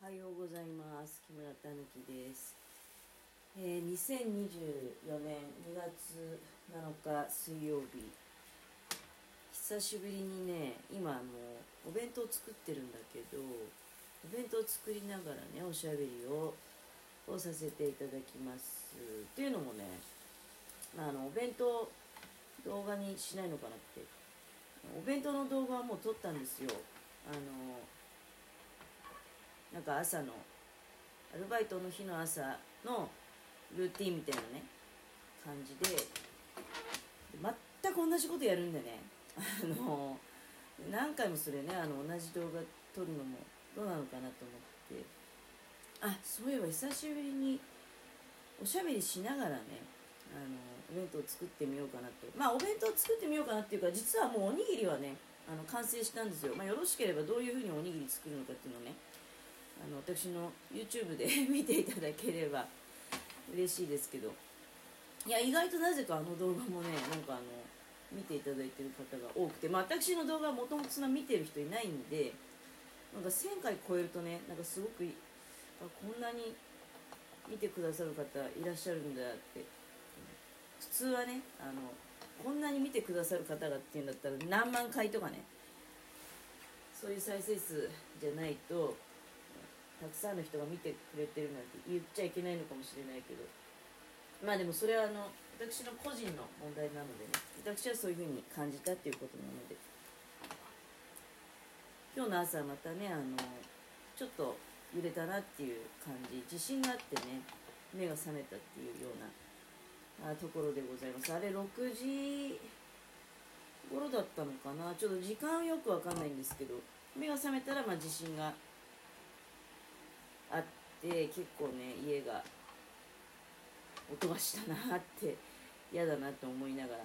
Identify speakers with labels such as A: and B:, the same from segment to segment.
A: おはようございます。木村たぬきです。2024年2月7日水曜日。久しぶりにね、今お弁当作ってるんだけど、お弁当作りながらね、おしゃべりをさせていただきます。っていうのもね、お弁当動画にしないのかなって。お弁当の動画はもう撮ったんですよ。なんか朝のアルバイトの日の朝のルーティンみたいなね感じで全く同じことやるんでね何回もそれね同じ動画撮るのもどうなのかなと思って、そういえば久しぶりにおしゃべりしながらねお弁当を作ってみようかなと。お弁当を作ってみようかなっていうか、実はもうおにぎりはね完成したんですよ。よろしければどういうふうにおにぎり作るのかっていうのをね私の YouTube で見ていただければ嬉しいですけど、いや意外となぜか動画もね見ていただいてる方が多くて、私の動画はもともとそんな見てる人いないんで、なんか1000回超えるとね、なんかすごくこんなに見てくださる方いらっしゃるんだって。普通はねこんなに見てくださる方がっていうんだったら何万回とかね、そういう再生数じゃないとたくさんの人が見てくれてるなんて言っちゃいけないのかもしれないけど、でもそれは私の個人の問題なのでね、私はそういうふうに感じたっていうことなので、今日の朝またねちょっと揺れたなっていう感じ、地震があってね目が覚めたっていうようなところでございます。あれ6時頃だったのかな、ちょっと時間よくわかんないんですけど、目が覚めたら地震があって、結構ね家が音がしたなって嫌だなって思いながら、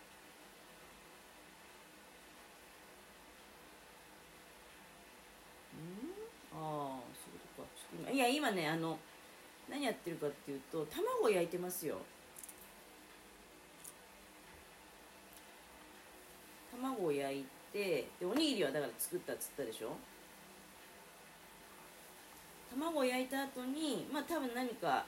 A: そういうことか。ちょっと今ね何やってるかっていうと、卵を焼いてますよ。卵を焼いて、でおにぎりはだから作ったっつったでしょ。卵を焼いた後に多分何か、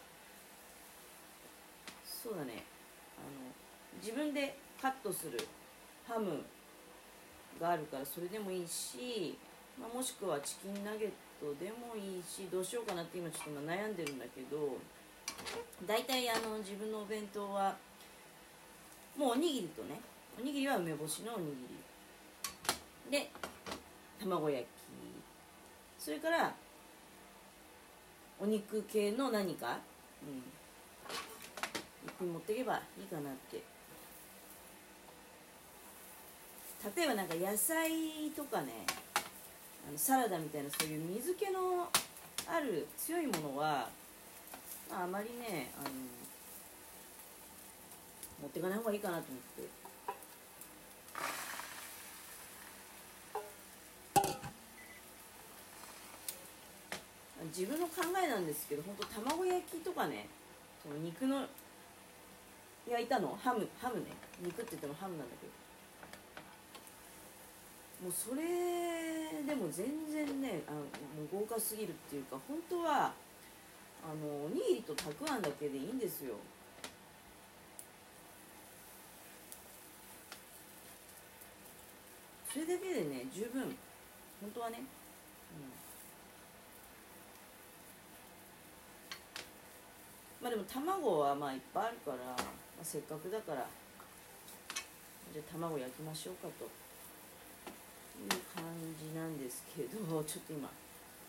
A: そうだね、自分でカットするハムがあるからそれでもいいし、もしくはチキンナゲットでもいいし、どうしようかなって今ちょっと悩んでるんだけど、大体自分のお弁当はもうおにぎりとね、おにぎりは梅干しのおにぎりで卵焼き、それからお肉系の何か、一品持っていけばいいかなって。例えばなんか野菜とかね、サラダみたいなそういう水気のある強いものは、あまりね持っていかない方がいいかなと思って。自分の考えなんですけど、本当卵焼きとかね、その肉の焼いたのハムね、肉って言ってもハムなんだけど、もうそれでも全然ねもう豪華すぎるっていうか、本当はおにぎりとたくあんだけでいいんですよ。それだけでね十分、本当はね、でも卵はいっぱいあるから、せっかくだからじゃあ卵焼きましょうかという感じなんですけど、ちょっと今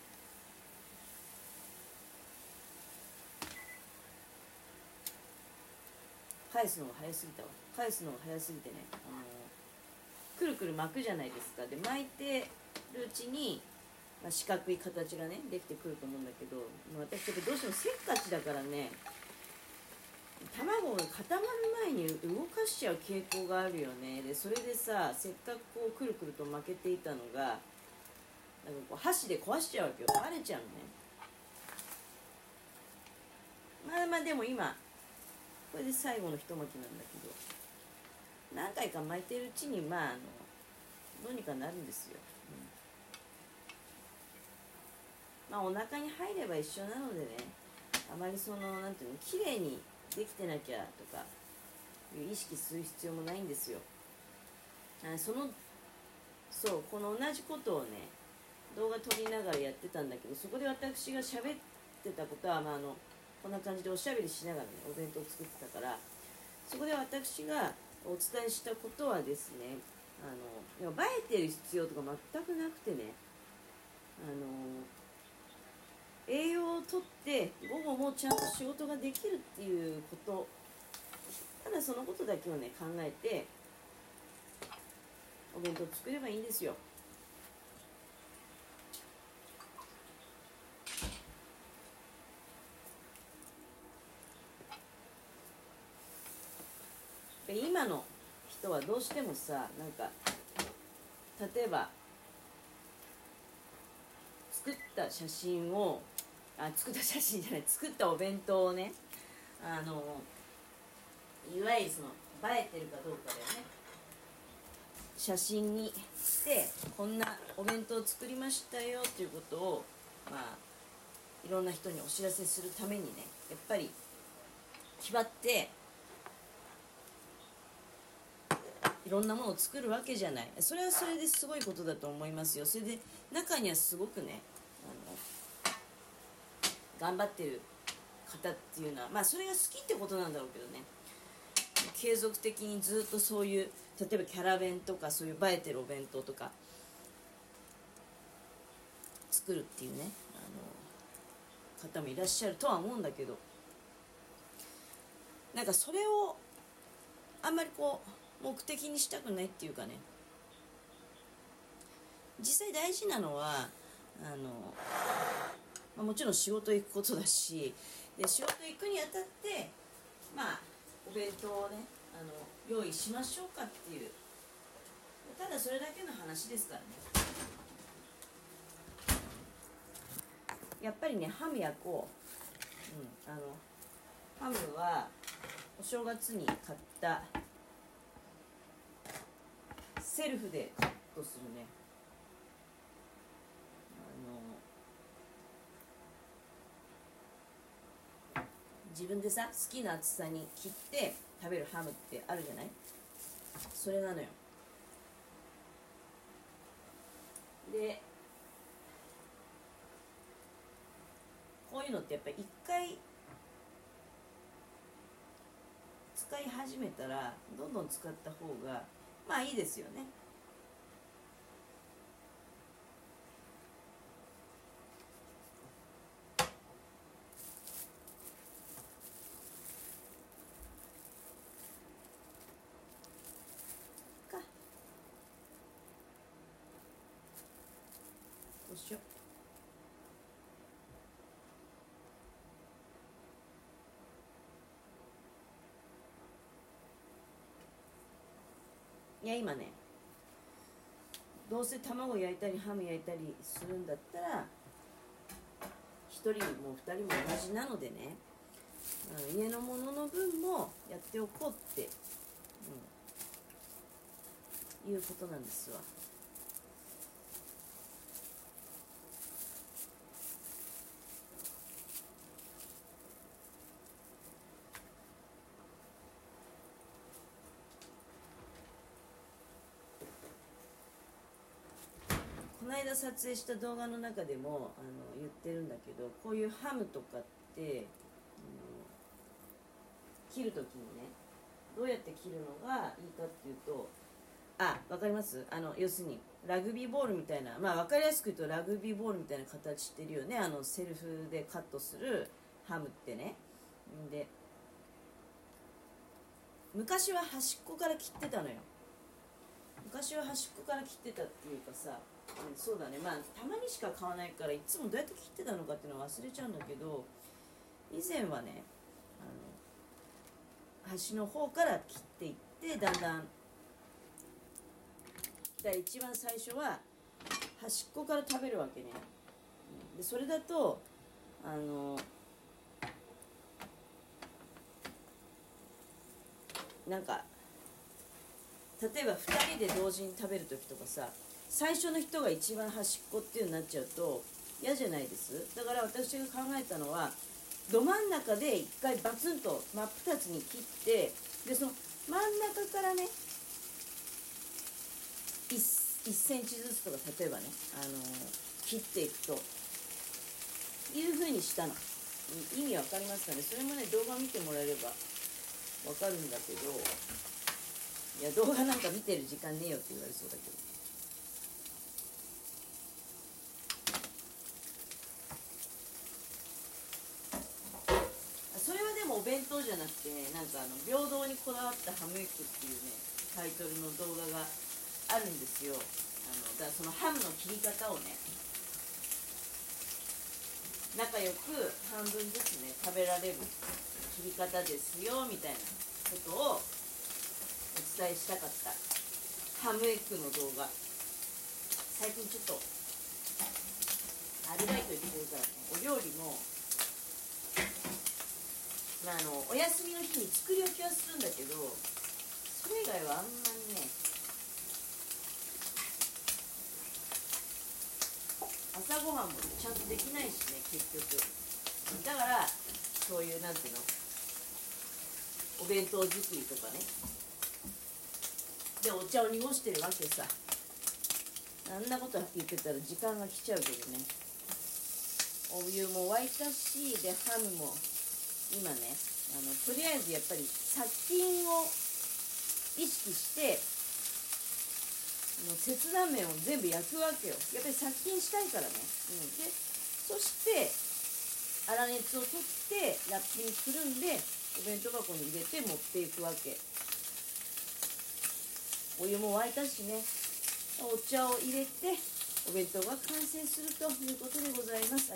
A: 返すのが早すぎたわ。返すのが早すぎてね、くるくる巻くじゃないですか。で巻いてるうちに、四角い形がねできてくると思うんだけど、私ちょっとどうしてもせっかちだからね、卵が固まる前に動かしちゃう傾向があるよね。でそれでさ、せっかくこうくるくると巻けていたのがなんかこう箸で壊しちゃうわけよ。割れちゃうのね。でも今これで最後の一巻きなんだけど、何回か巻いてるうちにどうにかなるんですよ。 まあお腹に入れば一緒なのでね、あまりそのなんていうの、綺麗にできてなきゃとかいう意識する必要もないんですよ。そうこの同じことをね動画撮りながらやってたんだけど、そこで私が喋ってたことは、こんな感じでおしゃべりしながらねお弁当を作ってたから、そこで私がお伝えしたことはですね、映えてる必要とか全くなくてね、栄養をとって午後もちゃんと仕事ができるっていうこと、ただそのことだけをね考えてお弁当作ればいいんですよ。今の人はどうしてもさ、なんか例えば作った写真を作った写真じゃない、作ったお弁当をね、いわゆるその映えてるかどうかだよね。写真にしてこんなお弁当を作りましたよっていうことをいろんな人にお知らせするためにね、やっぱり気張っていろんなものを作るわけじゃない。それはそれですごいことだと思いますよ。それで中にはすごくね頑張ってる方っていうのはそれが好きってことなんだろうけどね、継続的にずっとそういう、例えばキャラ弁とかそういう映えてるお弁当とか作るっていうね方もいらっしゃるとは思うんだけど、なんかそれをあんまり目的にしたくないっていうかね、実際大事なのはもちろん仕事行くことだし、で仕事行くにあたってお弁当をね用意しましょうかっていう、ただそれだけの話ですからね。やっぱりねハム焼こう、ハムはお正月に買ったセルフでカットするね、自分でさ好きな厚さに切って食べるハムってあるじゃない。それなのよ。でこういうのってやっぱり一回使い始めたらどんどん使った方がいいですよね。どうしよう。いや今ね、どうせ卵焼いたりハム焼いたりするんだったら1人も2人も同じなのでね、家のものの分もやっておこうって、いうことなんですわ。この間撮影した動画の中でも言ってるんだけど、こういうハムとかって、切るときにねどうやって切るのがいいかっていうと、わかります？要するにラグビーボールみたいな、わかりやすく言うとラグビーボールみたいな形してるよね、セルフでカットするハムってね。で昔は端っこから切ってたのよ。昔は端っこから切ってたっていうかさ、そうだね、たまにしか買わないからいつもどうやって切ってたのかっていうのは忘れちゃうんだけど、以前はね端の方から切っていってだんだん一番最初は端っこから食べるわけね。でそれだとなんか例えば2人で同時に食べる時とかさ、最初の人が一番端っこっていうになっちゃうと嫌じゃないです。だから私が考えたのは、ど真ん中で一回バツンと真っ二つに切って、でその真ん中からね 1センチずつとか、例えばね、切っていくという風にしたの。意味わかりますかね。それもね、動画見てもらえればわかるんだけど、いや動画なんか見てる時間ねえよって言われそうだけど、それはでもお弁当じゃなくてね、なんか平等にこだわったハムエッグっていうねタイトルの動画があるんですよ。だからそのハムの切り方をね、仲良く半分ずつね食べられる切り方ですよみたいなことをお伝えしたかった。ハムエッグの動画、最近ちょっとアルバイト行ってるからね、お料理もお休みの日に作り置きはするんだけど、それ以外はあんまりね、朝ごはんもちゃんとできないしね、結局。だからそういうなんていうの、お弁当作りとかねでお茶を濁してるわけさ。あんなこと言ってたら時間が来ちゃうけどね。お湯も沸いたし、でハムも今ね、とりあえずやっぱり殺菌を意識して切断面を全部焼くわけよ。やっぱり殺菌したいからね。でそして粗熱を取ってラップにくるんでお弁当箱に入れて持っていくわけ。お湯も沸いたしね、お茶を入れてお弁当が完成するということでございます。